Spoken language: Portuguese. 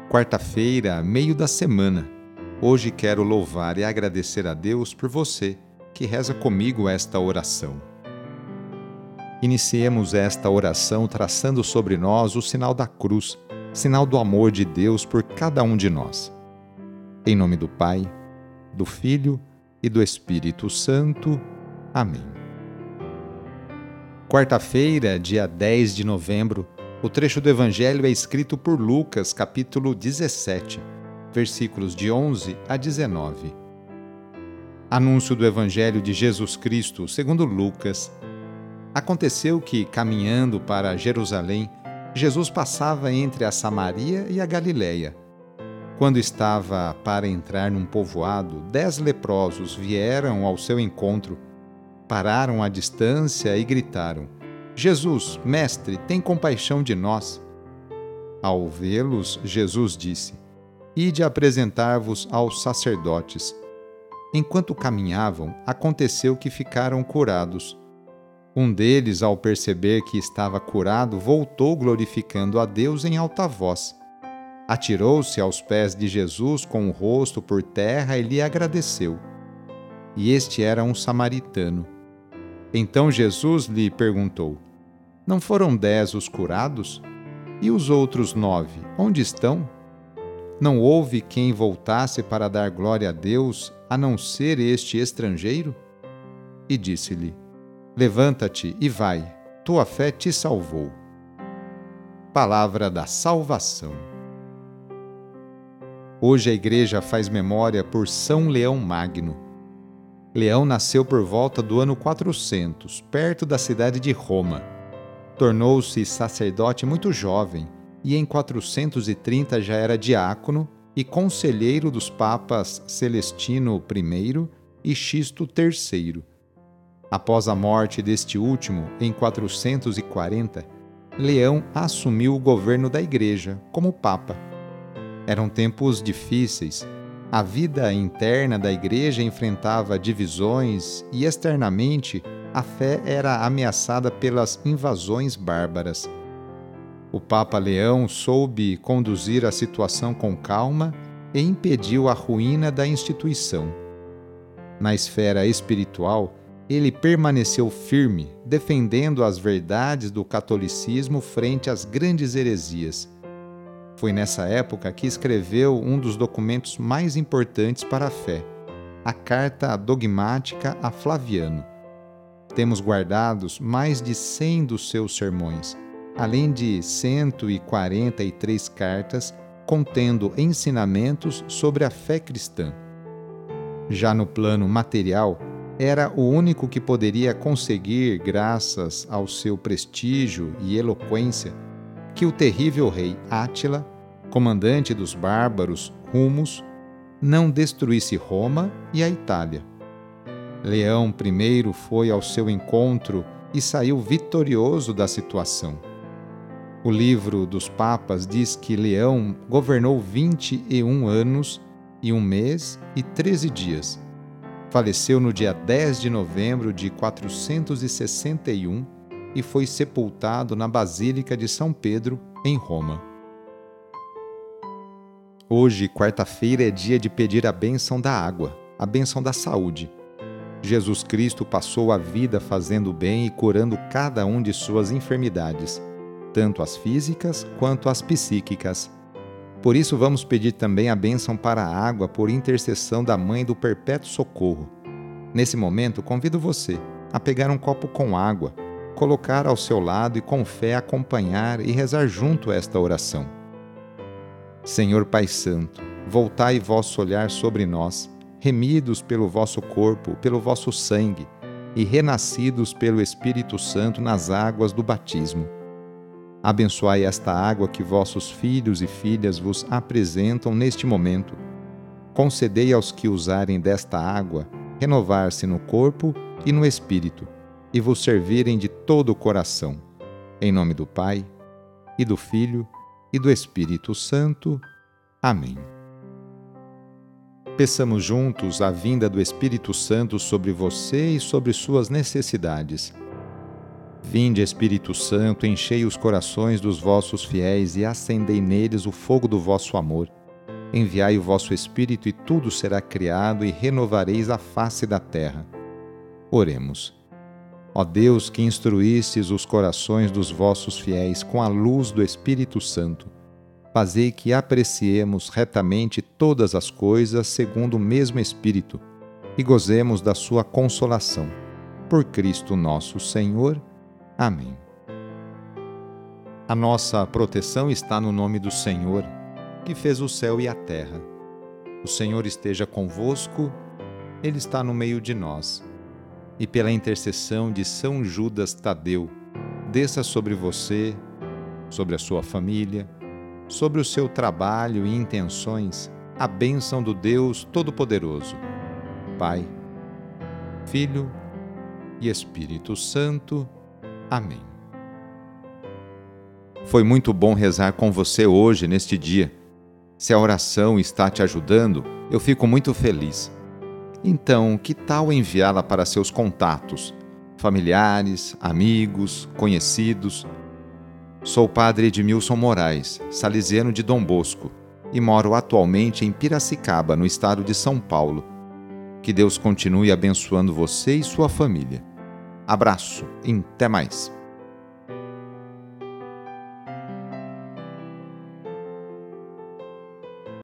Quarta-feira, meio da semana. Hoje quero louvar e agradecer a Deus por você que reza comigo esta oração. Iniciemos esta oração traçando sobre nós o sinal da cruz, sinal do amor de Deus por cada um de nós. Em nome do Pai, do Filho e do Espírito Santo. Amém. Quarta-feira, dia 10 de novembro, o trecho do Evangelho é escrito por Lucas, capítulo 17, versículos de 11 a 19. Anúncio do Evangelho de Jesus Cristo, segundo Lucas. Aconteceu que, caminhando para Jerusalém, Jesus passava entre a Samaria e a Galiléia. Quando estava para entrar num povoado, 10 leprosos vieram ao seu encontro, pararam à distância e gritaram: Jesus, mestre, tem compaixão de nós. Ao vê-los, Jesus disse: Ide apresentar-vos aos sacerdotes. Enquanto caminhavam, aconteceu que ficaram curados. Um deles, ao perceber que estava curado, voltou glorificando a Deus em alta voz. Atirou-se aos pés de Jesus com o rosto por terra e lhe agradeceu. E este era um samaritano. Então Jesus lhe perguntou: Não foram 10 os curados? E os outros 9, onde estão? Não houve quem voltasse para dar glória a Deus, a não ser este estrangeiro? E disse-lhe: Levanta-te e vai, tua fé te salvou. Palavra da salvação. Hoje a Igreja faz memória por São Leão Magno. Leão nasceu por volta do ano 400, perto da cidade de Roma. Tornou-se sacerdote muito jovem e em 430 já era diácono e conselheiro dos papas Celestino I e Xisto III. Após a morte deste último, em 440, Leão assumiu o governo da Igreja como papa. Eram tempos difíceis. A vida interna da Igreja enfrentava divisões e, externamente, a fé era ameaçada pelas invasões bárbaras. O Papa Leão soube conduzir a situação com calma e impediu a ruína da instituição. Na esfera espiritual, ele permaneceu firme, defendendo as verdades do catolicismo frente às grandes heresias. Foi nessa época que escreveu um dos documentos mais importantes para a fé, a Carta Dogmática a Flaviano. Temos guardados mais de 100 dos seus sermões, além de 143 cartas contendo ensinamentos sobre a fé cristã. Já no plano material, era o único que poderia conseguir, graças ao seu prestígio e eloquência, que o terrível rei Átila, comandante dos bárbaros Rumos, não destruísse Roma e a Itália. Leão I foi ao seu encontro e saiu vitorioso da situação. O livro dos Papas diz que Leão governou 21 anos e 1 mês e 13 dias. Faleceu no dia 10 de novembro de 461 e foi sepultado na Basílica de São Pedro, em Roma. Hoje, quarta-feira, é dia de pedir a bênção da água, a bênção da saúde. Jesus Cristo passou a vida fazendo bem e curando cada um de suas enfermidades, tanto as físicas quanto as psíquicas. Por isso, vamos pedir também a bênção para a água por intercessão da Mãe do Perpétuo Socorro. Nesse momento, convido você a pegar um copo com água, colocar ao seu lado e com fé acompanhar e rezar junto a esta oração. Senhor Pai Santo, voltai vosso olhar sobre nós, remidos pelo vosso corpo, pelo vosso sangue, e renascidos pelo Espírito Santo nas águas do batismo. Abençoai esta água que vossos filhos e filhas vos apresentam neste momento. Concedei aos que usarem desta água renovar-se no corpo e no espírito, e vos servirem de todo o coração. Em nome do Pai, e do Filho, e do Espírito Santo. Amém. Peçamos juntos a vinda do Espírito Santo sobre você e sobre suas necessidades. Vinde, Espírito Santo, enchei os corações dos vossos fiéis e acendei neles o fogo do vosso amor. Enviai o vosso Espírito e tudo será criado e renovareis a face da terra. Oremos. Ó Deus, que instruístes os corações dos vossos fiéis com a luz do Espírito Santo, fazei que apreciemos retamente todas as coisas segundo o mesmo Espírito e gozemos da sua consolação. Por Cristo nosso Senhor. Amém. A nossa proteção está no nome do Senhor, que fez o céu e a terra. O Senhor esteja convosco, Ele está no meio de nós. E pela intercessão de São Judas Tadeu, desça sobre você, sobre a sua família, sobre o seu trabalho e intenções, a bênção do Deus Todo-Poderoso, Pai, Filho e Espírito Santo. Amém. Foi muito bom rezar com você hoje, neste dia. Se a oração está te ajudando, eu fico muito feliz. Então, que tal enviá-la para seus contatos, familiares, amigos, conhecidos? Sou o padre Edmilson Moraes, salesiano de Dom Bosco, e moro atualmente em Piracicaba, no estado de São Paulo. Que Deus continue abençoando você e sua família. Abraço e até mais.